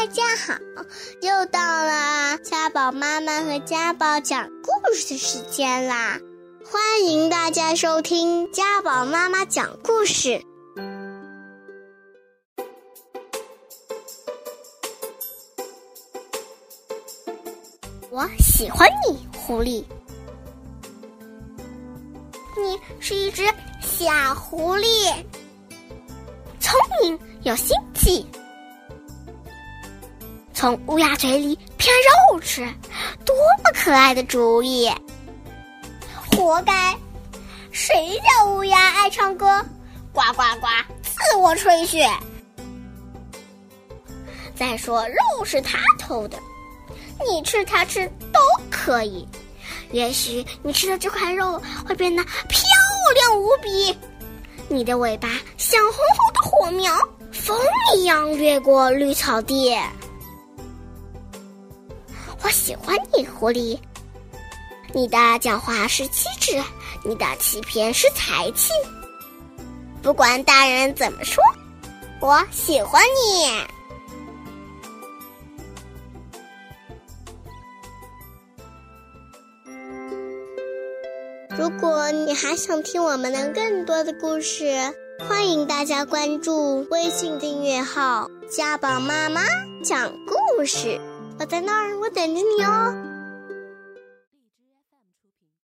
大家好，又到了家宝妈妈和家宝讲故事的时间啦！欢迎大家收听家宝妈妈讲故事。我喜欢你，狐狸。你是一只小狐狸，聪明有心计，从乌鸦嘴里骗肉吃，多么可爱的主意！活该！谁叫乌鸦爱唱歌？呱呱呱，自我吹嘘。再说肉是他偷的，你吃他吃都可以。也许你吃的这块肉会变得漂亮无比，你的尾巴像红红的火苗，风一样掠过绿草地。我喜欢你，狐狸。你的狡猾是机智，你的欺骗是才气。不管大人怎么说，我喜欢你。如果你还想听我们的更多的故事，欢迎大家关注微信订阅号家宝妈妈讲故事，我在那儿，我等着你哦。